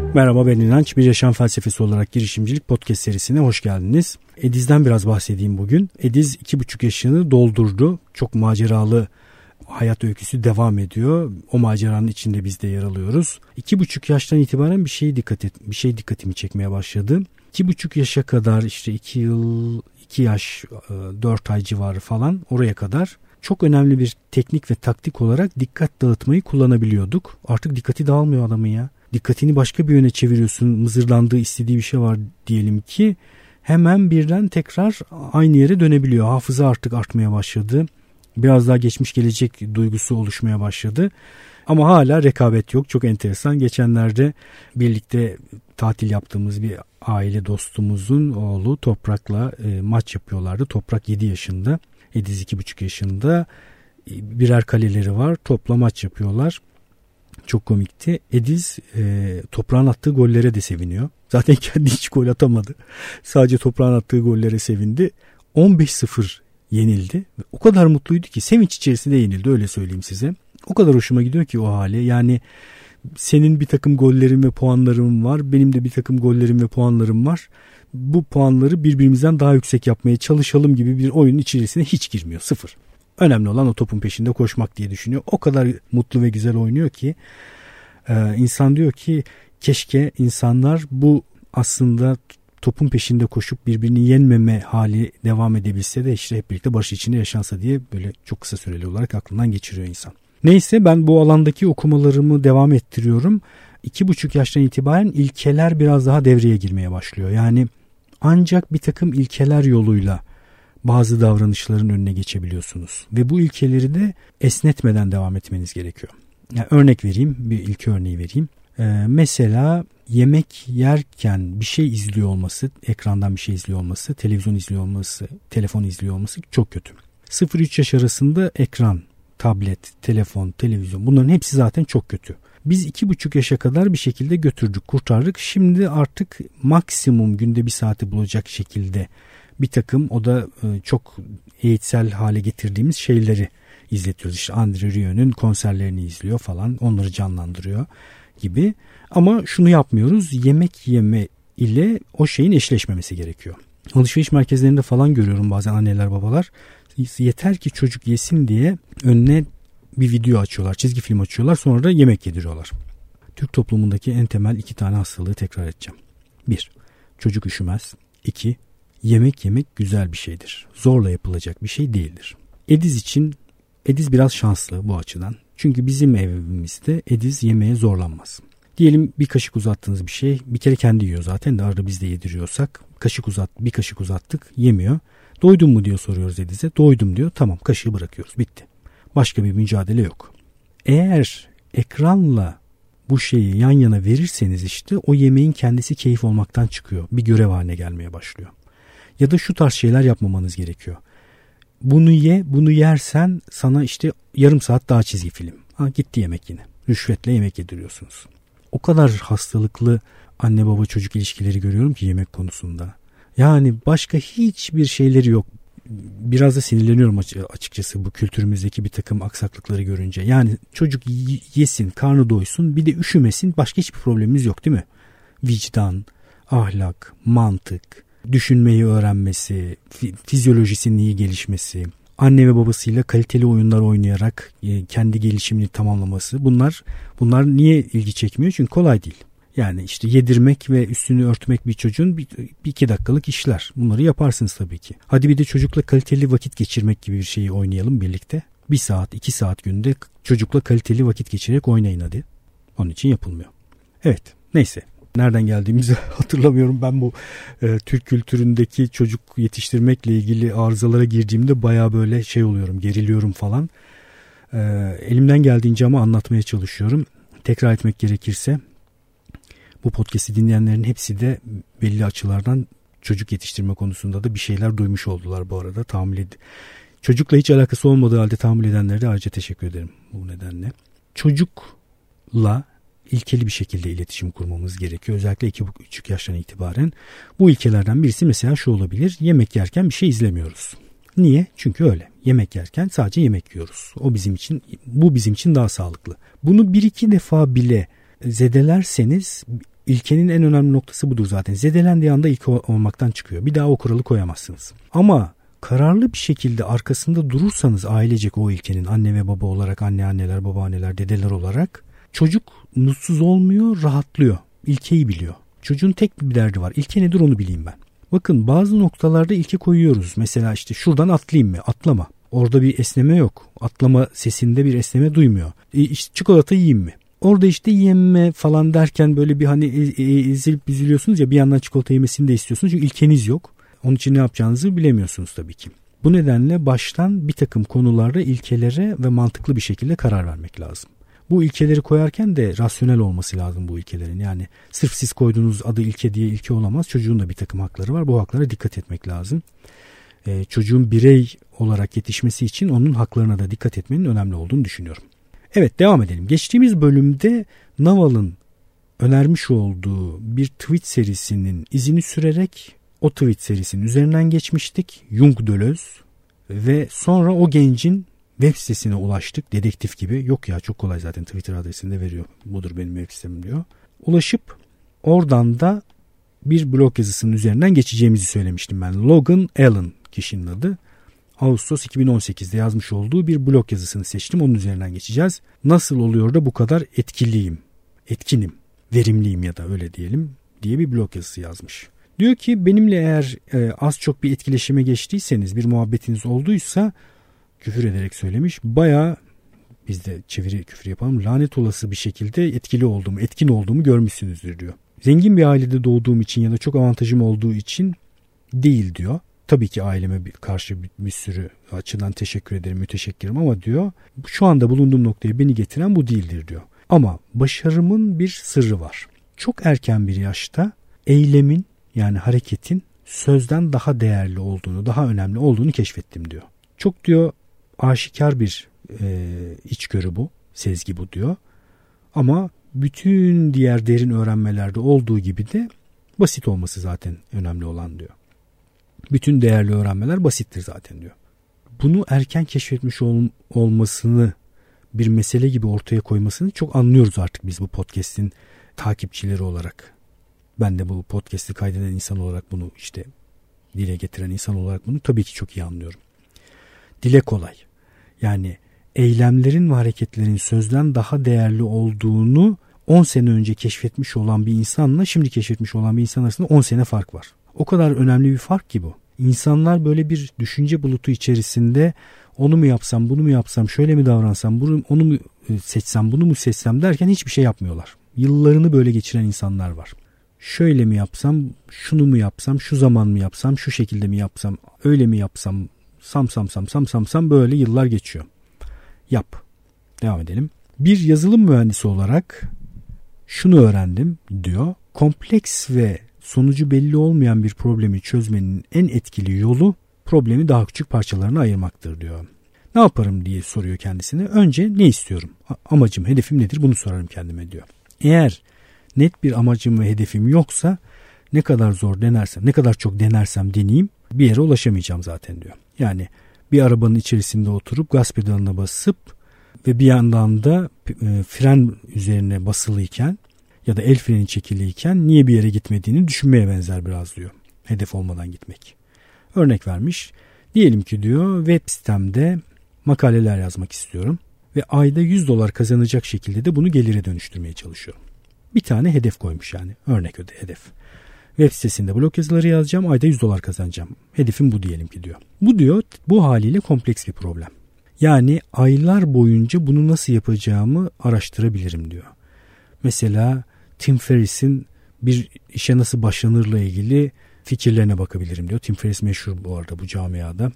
Merhaba, ben İnanç. Bir Yaşam Felsefesi olarak girişimcilik podcast serisine hoş geldiniz. Ediz'den biraz bahsedeyim bugün. Ediz 2,5 yaşını doldurdu. Çok maceralı hayat öyküsü devam ediyor. O maceranın içinde biz de yer alıyoruz. 2,5 yaştan itibaren bir şey dikkatimi çekmeye başladı. 2,5 yaşa kadar işte 2 yıl, 2 yaş, 4 ay civarı falan, oraya kadar çok önemli bir teknik ve taktik olarak dikkat dağıtmayı kullanabiliyorduk. Artık dikkati dağılmıyor adamın ya. Dikkatini başka bir yöne çeviriyorsun. Mızırdandığı, istediği bir şey var diyelim ki, hemen birden tekrar aynı yere dönebiliyor. Hafıza artık artmaya başladı. Biraz daha geçmiş gelecek duygusu oluşmaya başladı. Ama hala rekabet yok. Çok enteresan. Geçenlerde birlikte tatil yaptığımız bir aile dostumuzun oğlu Toprak'la maç yapıyorlardı. Toprak 7 yaşında. Ediz 2,5 yaşında. Birer kaleleri var. Topla maç yapıyorlar. Çok komikti. Ediz Toprağın attığı gollere de seviniyor. Zaten kendi hiç gol atamadı. Sadece Toprağın attığı gollere sevindi. 15-0 yenildi. O kadar mutluydu ki, sevinç içerisinde yenildi, öyle söyleyeyim size. O kadar hoşuma gidiyor ki o hali. Yani senin bir takım gollerin ve puanların var. Benim de bir takım gollerim ve puanlarım var. Bu puanları birbirimizden daha yüksek yapmaya çalışalım gibi bir oyunun içerisine hiç girmiyor. Sıfır. Önemli olan o topun peşinde koşmak diye düşünüyor. O kadar mutlu ve güzel oynuyor ki insan diyor ki keşke insanlar bu aslında topun peşinde koşup birbirini yenmeme hali devam edebilse de işte hep birlikte barış içinde yaşansa diye böyle çok kısa süreli olarak aklından geçiriyor insan. Neyse, ben bu alandaki okumalarımı devam ettiriyorum. 2,5 yaştan itibaren ilkeler biraz daha devreye girmeye başlıyor. Yani ancak bir takım ilkeler yoluyla bazı davranışların önüne geçebiliyorsunuz. Ve bu ilkeleri de esnetmeden devam etmeniz gerekiyor. Yani örnek vereyim, bir ilke örneği vereyim. Mesela yemek yerken bir şey izliyor olması, ekrandan bir şey izliyor olması, televizyon izliyor olması, telefon izliyor olması çok kötü. 0-3 yaş arasında ekran, tablet, telefon, televizyon, bunların hepsi zaten çok kötü. Biz 2,5 yaşa kadar bir şekilde götürdük, kurtardık. Şimdi artık maksimum günde 1 saati bulacak şekilde bir takım, o da çok eğitsel hale getirdiğimiz şeyleri izletiyoruz. İşte André Rieu'nun konserlerini izliyor falan, onları canlandırıyor gibi. Ama şunu yapmıyoruz, yemek yeme ile o şeyin eşleşmemesi gerekiyor. Alışveriş merkezlerinde falan görüyorum bazen anneler babalar, yeter ki çocuk yesin diye önüne bir video açıyorlar, çizgi film açıyorlar, sonra da yemek yediriyorlar. Türk toplumundaki en temel 2 tane hastalığı tekrar edeceğim. 1. Çocuk üşümez. 2. Yemek yemek güzel bir şeydir. Zorla yapılacak bir şey değildir. Ediz biraz şanslı bu açıdan. Çünkü bizim evimizde Ediz yemeğe zorlanmaz. Diyelim bir kaşık uzattığınız bir şey, bir kere kendi yiyor zaten de, arada biz de yediriyorsak bir kaşık uzattık, yemiyor. Doydun mu diyor, soruyoruz Ediz'e. Doydum diyor. Tamam, kaşığı bırakıyoruz. Bitti. Başka bir mücadele yok. Eğer ekranla bu şeyi yan yana verirseniz işte o yemeğin kendisi keyif olmaktan çıkıyor. Bir görev haline gelmeye başlıyor. Ya da şu tarz şeyler yapmamanız gerekiyor. Bunu ye, bunu yersen sana işte yarım saat daha çizgi film. Gitti yemek yine. Rüşvetle yemek yediriyorsunuz. O kadar hastalıklı anne baba çocuk ilişkileri görüyorum ki yemek konusunda. Yani başka hiçbir şeyleri yok. Biraz da sinirleniyorum açıkçası bu kültürümüzdeki bir takım aksaklıkları görünce. Yani çocuk yesin, karnı doysun, bir de üşümesin, başka hiçbir problemimiz yok değil mi? Vicdan, ahlak, mantık, düşünmeyi öğrenmesi, fizyolojisinin iyi gelişmesi, anne ve babasıyla kaliteli oyunlar oynayarak kendi gelişimini tamamlaması. Bunlar niye ilgi çekmiyor? Çünkü kolay değil. Yani işte yedirmek ve üstünü örtmek bir çocuğun bir 2 dakikalık işler. Bunları yaparsınız tabii ki. Hadi bir de çocukla kaliteli vakit geçirmek gibi bir şeyi oynayalım birlikte. 1 saat, 2 saat günde çocukla kaliteli vakit geçirerek oynayın hadi. Onun için yapılmıyor. Evet, neyse. Nereden geldiğimizi hatırlamıyorum. Ben bu Türk kültüründeki çocuk yetiştirmekle ilgili arızalara girdiğimde baya böyle şey oluyorum, geriliyorum falan. Elimden geldiğince ama anlatmaya çalışıyorum. Tekrar etmek gerekirse, bu podcast'i dinleyenlerin hepsi de belli açılardan çocuk yetiştirme konusunda da bir şeyler duymuş oldular bu arada. Çocukla hiç alakası olmadığı halde tahammül edenlere de ayrıca teşekkür ederim bu nedenle. Çocukla ilkeli bir şekilde iletişim kurmamız gerekiyor. Özellikle 2,5 yaştan itibaren. Bu ilkelerden birisi mesela şu olabilir: yemek yerken bir şey izlemiyoruz. Niye? Çünkü öyle. Yemek yerken sadece yemek yiyoruz. Bu bizim için daha sağlıklı. Bunu 1-2 defa bile zedelerseniz İlkenin en önemli noktası budur zaten. Zedelendiği anda ilke olmaktan çıkıyor. Bir daha o kuralı koyamazsınız. Ama kararlı bir şekilde arkasında durursanız ailecek o ilkenin, anne ve baba olarak, anneanneler, babaanneler, dedeler olarak, çocuk mutsuz olmuyor, rahatlıyor. İlkeyi biliyor. Çocuğun tek bir derdi var. İlke nedir onu bileyim ben. Bakın bazı noktalarda ilke koyuyoruz. Mesela işte şuradan atlayayım mı? Atlama. Orada bir esneme yok. Atlama sesinde bir esneme duymuyor. İşte çikolata yiyeyim mi? Orada işte yeme falan derken böyle bir hani ezilip üzülüyorsunuz ya, bir yandan çikolata yemesini de istiyorsunuz. Çünkü ilkeniz yok. Onun için ne yapacağınızı bilemiyorsunuz tabii ki. Bu nedenle baştan bir takım konularda ilkelere ve mantıklı bir şekilde karar vermek lazım. Bu ilkeleri koyarken de rasyonel olması lazım bu ilkelerin. Yani sırf siz koyduğunuz adı ilke diye ilke olamaz. Çocuğun da bir takım hakları var. Bu haklara dikkat etmek lazım. Çocuğun birey olarak yetişmesi için onun haklarına da dikkat etmenin önemli olduğunu düşünüyorum. Evet, devam edelim. Geçtiğimiz bölümde Naval'ın önermiş olduğu bir tweet serisinin izini sürerek o tweet serisinin üzerinden geçmiştik. Jung Deleuze ve sonra o gencin web sitesine ulaştık. Dedektif gibi. Yok ya, çok kolay zaten, Twitter adresini de veriyor. Budur benim web sitem diyor. Ulaşıp oradan da bir blog yazısının üzerinden geçeceğimizi söylemiştim ben. Logan Allen kişinin adı. Ağustos 2018'de yazmış olduğu bir blog yazısını seçtim. Onun üzerinden geçeceğiz. Nasıl oluyor da bu kadar etkinim, verimliyim ya da öyle diyelim diye bir blog yazısı yazmış. Diyor ki benimle eğer az çok bir etkileşime geçtiyseniz, bir muhabbetiniz olduysa, küfür ederek söylemiş, bayağı, biz de çeviri küfür yapalım, lanet olası bir şekilde etkin olduğumu görmüşsünüzdür diyor. Zengin bir ailede doğduğum için ya da çok avantajım olduğu için değil diyor. Tabii ki aileme karşı bir sürü açıdan teşekkür ederim, müteşekkirim ama diyor, şu anda bulunduğum noktaya beni getiren bu değildir diyor. Ama başarımın bir sırrı var. Çok erken bir yaşta eylemin, yani hareketin sözden daha değerli olduğunu, daha önemli olduğunu keşfettim diyor. Çok diyor aşikar bir içgörü bu, sezgi bu diyor. Ama bütün diğer derin öğrenmelerde olduğu gibi de basit olması zaten önemli olan diyor. Bütün değerli öğrenmeler basittir zaten diyor. Bunu erken keşfetmiş olmasını, bir mesele gibi ortaya koymasını çok anlıyoruz artık biz bu podcast'in takipçileri olarak. Ben de bu podcast'i kaydeden insan olarak bunu, işte dile getiren insan olarak bunu tabii ki çok iyi anlıyorum. Dile kolay. Yani eylemlerin ve hareketlerin sözden daha değerli olduğunu 10 sene önce keşfetmiş olan bir insanla şimdi keşfetmiş olan bir insan arasında 10 sene fark var. O kadar önemli bir fark ki bu. İnsanlar böyle bir düşünce bulutu içerisinde onu mu yapsam, bunu mu yapsam, şöyle mi davransam, onu mu seçsem, bunu mu seçsem derken hiçbir şey yapmıyorlar. Yıllarını böyle geçiren insanlar var. Şöyle mi yapsam, şunu mu yapsam, şu zaman mı yapsam, şu şekilde mi yapsam, öyle mi yapsam, sam böyle yıllar geçiyor. Yap. Devam edelim. Bir yazılım mühendisi olarak şunu öğrendim diyor. Kompleks ve sonucu belli olmayan bir problemi çözmenin en etkili yolu problemi daha küçük parçalarına ayırmaktır diyor. Ne yaparım diye soruyor kendisine. Önce ne istiyorum? Amacım, hedefim nedir? Bunu sorarım kendime diyor. Eğer net bir amacım ve hedefim yoksa ne kadar zor denersem, ne kadar çok denersem deneyeyim bir yere ulaşamayacağım zaten diyor. Yani bir arabanın içerisinde oturup gaz pedalına basıp ve bir yandan da fren üzerine basılıyken ya da el freni çekiliyken niye bir yere gitmediğini düşünmeye benzer biraz diyor. Hedef olmadan gitmek. Örnek vermiş. Diyelim ki diyor web sitemde makaleler yazmak istiyorum ve ayda $100 kazanacak şekilde de bunu gelire dönüştürmeye çalışıyorum. Bir tane hedef koymuş yani. Örnek hedef. Web sitesinde blog yazıları yazacağım, ayda $100 kazanacağım. Hedefim bu diyelim ki diyor. Bu diyor, bu haliyle kompleks bir problem. Yani aylar boyunca bunu nasıl yapacağımı araştırabilirim diyor. Mesela Tim Ferriss'in bir işe nasıl başlanırla ilgili fikirlerine bakabilirim diyor. Tim Ferriss meşhur bu arada bu camiada.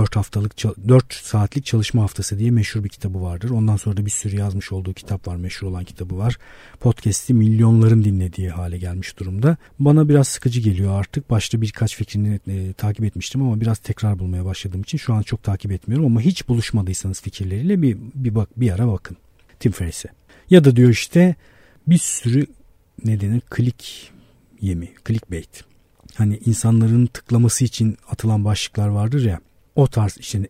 4 saatlik çalışma haftası diye meşhur bir kitabı vardır. Ondan sonra da bir sürü yazmış olduğu kitap var. Meşhur olan kitabı var. Podcast'i milyonların dinlediği hale gelmiş durumda. Bana biraz sıkıcı geliyor artık. Başta birkaç fikrini takip etmiştim ama biraz tekrar bulmaya başladığım için şu an çok takip etmiyorum. Ama hiç buluşmadıysanız fikirleriyle bir ara bakın Tim Ferriss'e. Ya da diyor işte bir sürü clickbait. Hani insanların tıklaması için atılan başlıklar vardır ya. O tarz işte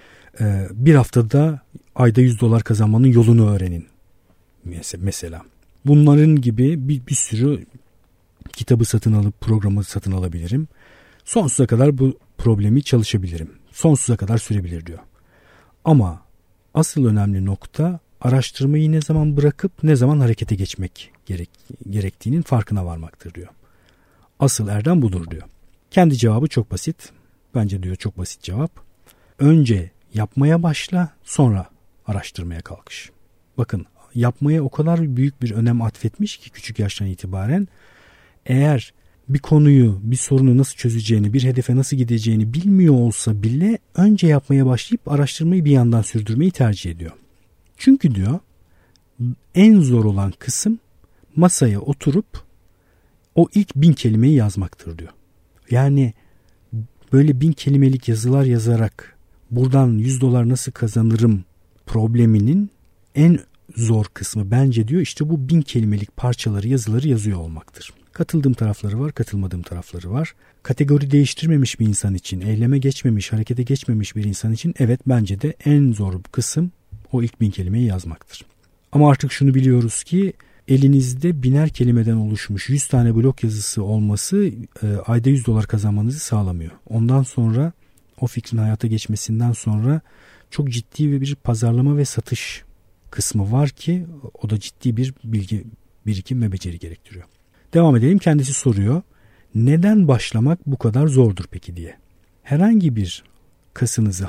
bir haftada ayda $100 kazanmanın yolunu öğrenin mesela. Bunların gibi bir sürü kitabı satın alıp programı satın alabilirim. Sonsuza kadar bu problemi çalışabilirim. Sonsuza kadar sürebilir diyor. Ama asıl önemli nokta araştırmayı ne zaman bırakıp ne zaman harekete geçmek gerektiğinin farkına varmaktır diyor. Asıl erdem budur diyor. Kendi cevabı çok basit. Bence diyor çok basit cevap. Önce yapmaya başla, sonra araştırmaya kalkış. Bakın, yapmaya o kadar büyük bir önem atfetmiş ki küçük yaştan itibaren, eğer bir konuyu, bir sorunu nasıl çözeceğini, bir hedefe nasıl gideceğini bilmiyor olsa bile önce yapmaya başlayıp araştırmayı bir yandan sürdürmeyi tercih ediyor. Çünkü diyor en zor olan kısım masaya oturup o ilk 1000 kelimeyi yazmaktır diyor. Yani böyle 1000 kelimelik yazılar yazarak buradan $100 nasıl kazanırım probleminin en zor kısmı bence diyor işte bu 1000 kelimelik parçaları, yazıları yazıyor olmaktır. Katıldığım tarafları var, katılmadığım tarafları var. Kategori değiştirmemiş bir insan için, eyleme geçmemiş, harekete geçmemiş bir insan için evet bence de en zor kısım o ilk 1000 kelimeyi yazmaktır. Ama artık şunu biliyoruz ki elinizde 1000'er kelimeden oluşmuş 100 tane blog yazısı olması ayda $100 kazanmanızı sağlamıyor. Ondan sonra o fikrin hayata geçmesinden sonra çok ciddi bir pazarlama ve satış kısmı var ki o da ciddi bir bilgi, birikim ve beceri gerektiriyor. Devam edelim. Kendisi soruyor. Neden başlamak bu kadar zordur peki diye. Herhangi bir kasınızı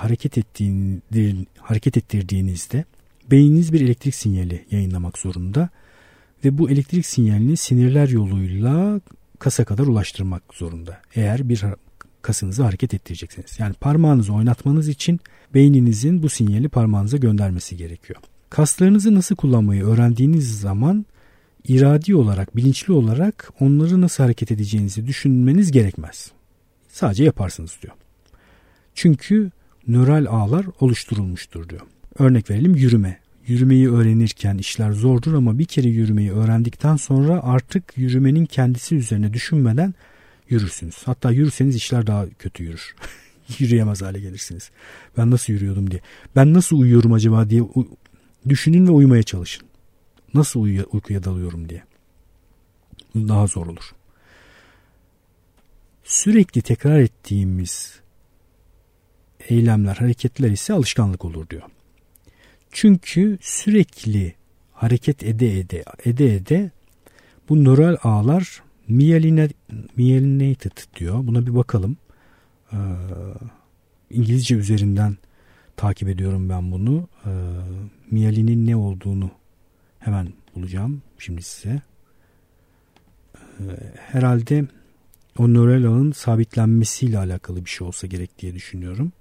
hareket ettirdiğinizde beyniniz bir elektrik sinyali yayınlamak zorunda ve bu elektrik sinyalini sinirler yoluyla kasa kadar ulaştırmak zorunda. Eğer bir kasınızı hareket ettireceksiniz. Yani parmağınızı oynatmanız için beyninizin bu sinyali parmağınıza göndermesi gerekiyor. Kaslarınızı nasıl kullanmayı öğrendiğiniz zaman iradi olarak, bilinçli olarak onları nasıl hareket edeceğinizi düşünmeniz gerekmez. Sadece yaparsınız diyor. Çünkü nöral ağlar oluşturulmuştur diyor. Örnek verelim, yürüme. Yürümeyi öğrenirken işler zordur ama bir kere yürümeyi öğrendikten sonra artık yürümenin kendisi üzerine düşünmeden yürürsünüz. Hatta yürürseniz işler daha kötü yürür. Yürüyemez hale gelirsiniz. Ben nasıl yürüyordum diye. Ben nasıl uyuyorum acaba diye düşünün ve uyumaya çalışın. Nasıl uykuya dalıyorum diye. Bu daha zor olur. Sürekli tekrar ettiğimiz eylemler, hareketler ise alışkanlık olur diyor. Çünkü sürekli hareket ede bu nöral ağlar myelinated diyor. Buna bir bakalım. İngilizce üzerinden takip ediyorum ben bunu. Miyelinin ne olduğunu hemen bulacağım şimdi size. Herhalde o nöral ağın sabitlenmesiyle alakalı bir şey olsa gerek diye düşünüyorum.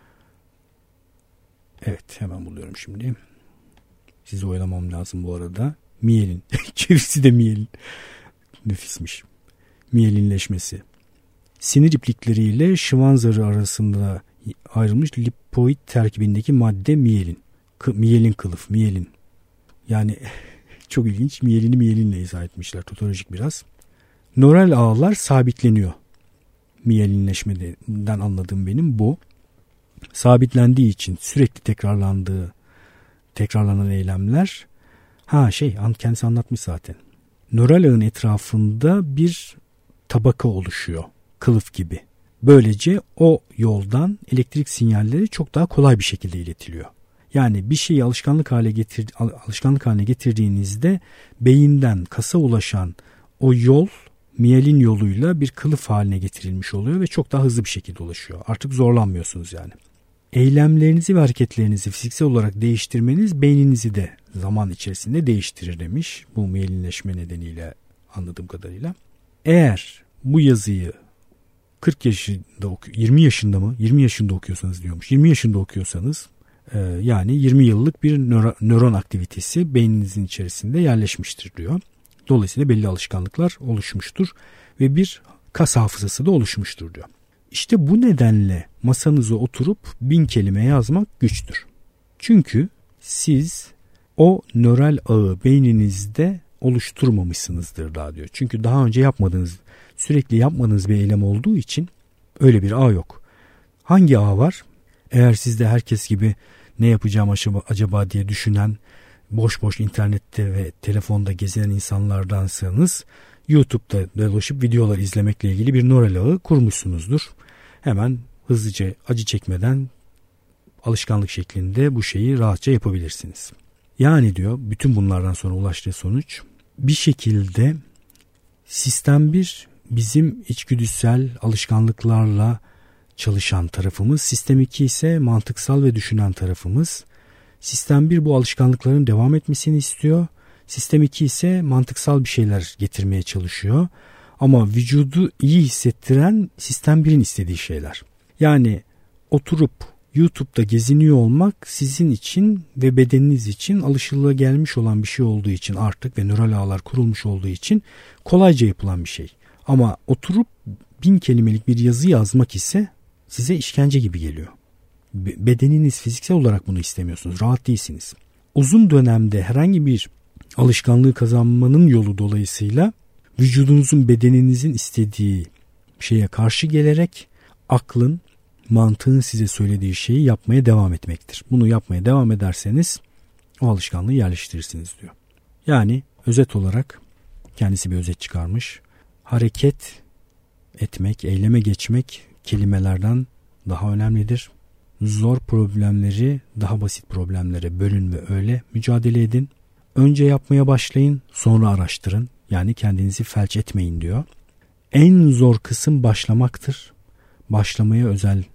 Evet, hemen buluyorum şimdi. Sizi oyalamam lazım bu arada. Miyelin. Çevirisi de miyelin. Nefismiş. Miyelinleşmesi. Sinir iplikleriyle şıvan zarı arasında ayrılmış lipoid terkibindeki madde miyelin. Miyelin kılıf, miyelin. Yani çok ilginç. Miyelini miyelinle izah etmişler. Totolojik biraz. Nöral ağlar sabitleniyor. Miyelinleşmeden anladığım benim bu. Sabitlendiği için sürekli tekrarlanan eylemler kendisi anlatmış zaten. Nöral ağın etrafında bir tabaka oluşuyor. Kılıf gibi. Böylece o yoldan elektrik sinyalleri çok daha kolay bir şekilde iletiliyor. Yani bir şeyi alışkanlık haline getirdiğinizde beyinden kasa ulaşan o yol miyelin yoluyla bir kılıf haline getirilmiş oluyor ve çok daha hızlı bir şekilde ulaşıyor. Artık zorlanmıyorsunuz yani. Eylemlerinizi ve hareketlerinizi fiziksel olarak değiştirmeniz beyninizi de zaman içerisinde değiştirir demiş. Bu miyelinleşme nedeniyle anladığım kadarıyla. Eğer bu yazıyı 20 yaşında okuyorsanız diyormuş. 20 yaşında okuyorsanız yani 20 yıllık bir nöron aktivitesi beyninizin içerisinde yerleşmiştir diyor. Dolayısıyla belli alışkanlıklar oluşmuştur ve bir kas hafızası da oluşmuştur diyor. İşte bu nedenle masanıza oturup 1000 kelime yazmak güçtür. Çünkü siz o nöral ağı beyninizde oluşturmamışsınızdır daha diyor. Çünkü daha önce sürekli yapmadığınız bir eylem olduğu için öyle bir ağ yok. Hangi ağ var? Eğer sizde herkes gibi ne yapacağım acaba diye düşünen boş boş internette ve telefonda gezinen insanlardansanız YouTube'da dolaşıp videolar izlemekle ilgili bir nöral ağı kurmuşsunuzdur. Hemen hızlıca acı çekmeden alışkanlık şeklinde bu şeyi rahatça yapabilirsiniz. Yani diyor bütün bunlardan sonra ulaştığı sonuç bir şekilde sistem 1 bizim içgüdüsel alışkanlıklarla çalışan tarafımız, sistem 2 ise mantıksal ve düşünen tarafımız. Sistem 1 bu alışkanlıkların devam etmesini istiyor. Sistem 2 ise mantıksal bir şeyler getirmeye çalışıyor. Ama vücudu iyi hissettiren sistem 1'in istediği şeyler. Yani oturup YouTube'da geziniyor olmak sizin için ve bedeniniz için alışılagelmiş olan bir şey olduğu için artık ve nöral ağlar kurulmuş olduğu için kolayca yapılan bir şey. Ama oturup 1000 kelimelik bir yazı yazmak ise size işkence gibi geliyor. Bedeniniz fiziksel olarak bunu istemiyorsunuz. Rahat değilsiniz. Uzun dönemde herhangi bir alışkanlığı kazanmanın yolu dolayısıyla vücudunuzun bedeninizin istediği şeye karşı gelerek aklın, mantığın size söylediği şeyi yapmaya devam etmektir. Bunu yapmaya devam ederseniz o alışkanlığı yerleştirirsiniz diyor. Yani özet olarak kendisi bir özet çıkarmış. Hareket etmek, eyleme geçmek kelimelerden daha önemlidir. Zor problemleri daha basit problemlere bölün ve öyle mücadele edin. Önce yapmaya başlayın, sonra araştırın. Yani kendinizi felç etmeyin diyor. En zor kısım başlamaktır. Başlamaya özel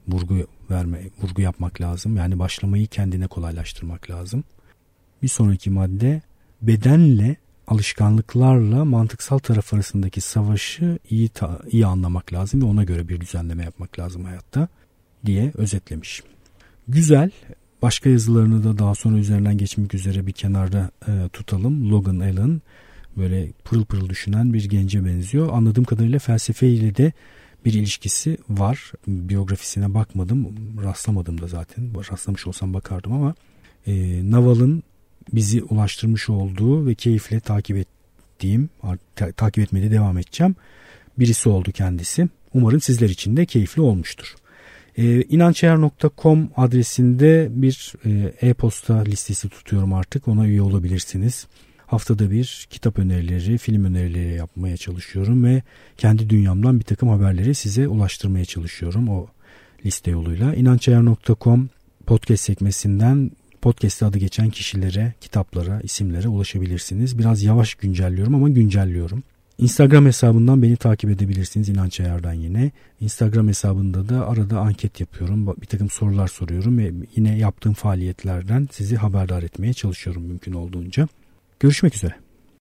vurgu yapmak lazım. Yani başlamayı kendine kolaylaştırmak lazım. Bir sonraki madde bedenle, alışkanlıklarla mantıksal taraf arasındaki savaşı iyi anlamak lazım ve ona göre bir düzenleme yapmak lazım hayatta diye özetlemiş. Güzel. Başka yazılarını da daha sonra üzerinden geçmek üzere bir kenarda tutalım. Logan Allen böyle pırıl pırıl düşünen bir gence benziyor. Anladığım kadarıyla felsefeyle de bir ilişkisi var. Biyografisine bakmadım. Rastlamadım da zaten. Rastlamış olsam bakardım ama Naval'ın bizi ulaştırmış olduğu ve keyifle takip etmeye de devam edeceğim. Birisi oldu kendisi. Umarım sizler için de keyifli olmuştur. inançayar.com adresinde bir e-posta listesi tutuyorum artık. Ona üye olabilirsiniz. Haftada bir kitap önerileri, film önerileri yapmaya çalışıyorum ve kendi dünyamdan bir takım haberleri size ulaştırmaya çalışıyorum o liste yoluyla. inançayar.com podcast sekmesinden podcast'te adı geçen kişilere, kitaplara, isimlere ulaşabilirsiniz. Biraz yavaş güncelliyorum ama güncelliyorum. Instagram hesabından beni takip edebilirsiniz. İnanç Ayar'dan yine. Instagram hesabında da arada anket yapıyorum. Bir takım sorular soruyorum ve yine yaptığım faaliyetlerden sizi haberdar etmeye çalışıyorum mümkün olduğunca. Görüşmek üzere.